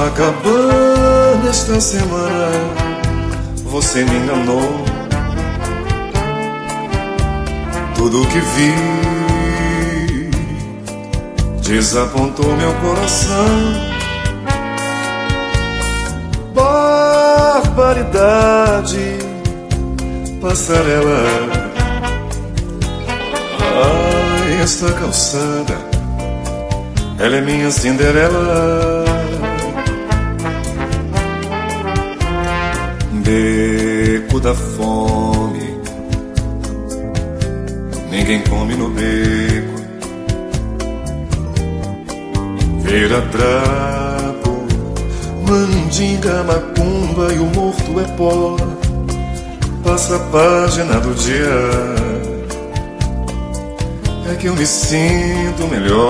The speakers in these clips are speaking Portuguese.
Copacabana, esta semana você me enganou. Tudo que vi desapontou meu coração. Barbaridade, passarela. Ai, esta calçada, ela é minha Cinderela. Beco da fome, ninguém come no beco. Vira-trapo, mandinga, macumba e o morto é pó. Passa a página do dia, é que eu me sinto melhor.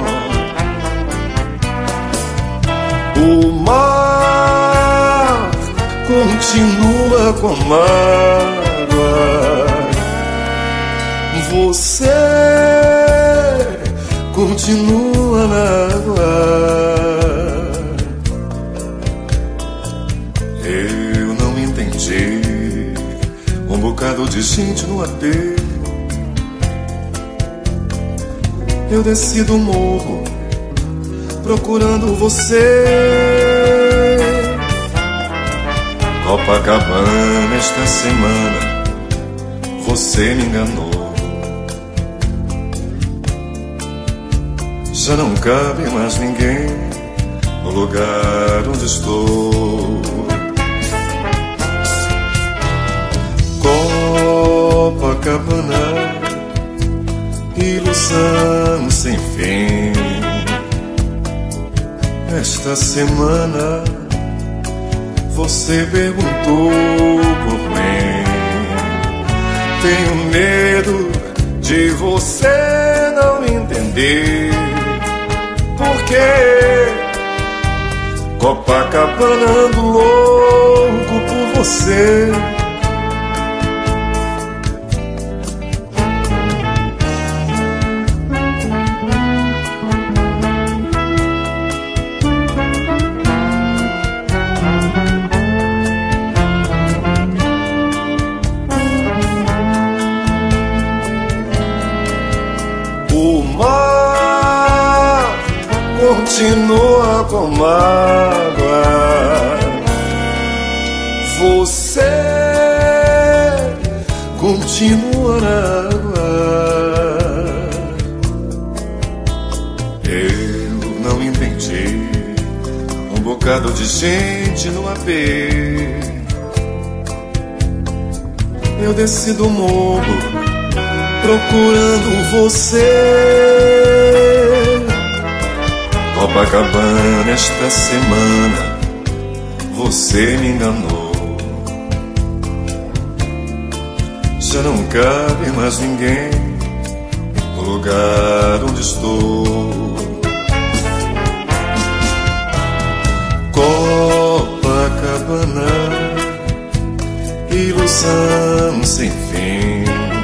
O mar continua com mágoa. Você continua na água. Eu não entendi um bocado de gente no AP. Eu desci do morro procurando você. Copacabana, esta semana você me enganou. Já não cabe mais ninguém no lugar onde estou. Copacabana, ilusão sem fim. Esta semana você perguntou por mim. Tenho medo de você não entender. Porque Copacabana, ando louco por você. O mar continua com mágoa. Você continua na água. Eu não entendi um bocado de gente no AP. Eu desci do morro procurando você. Copacabana, esta semana você me enganou. Já não cabe mais ninguém no lugar onde estou. Copacabana, ilusão sem fim.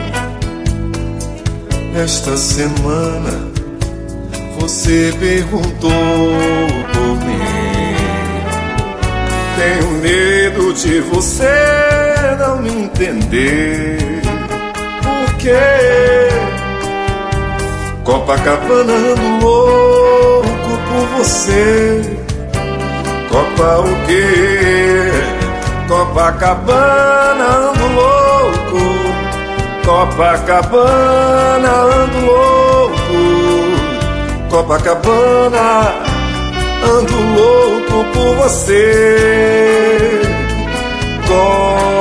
Esta semana você perguntou por mim. Tenho medo de você não me entender. Porque Copacabana, ando louco por você. Copa o quê? Copacabana, ando louco. Copacabana, ando louco. Copacabana, ando louco por você.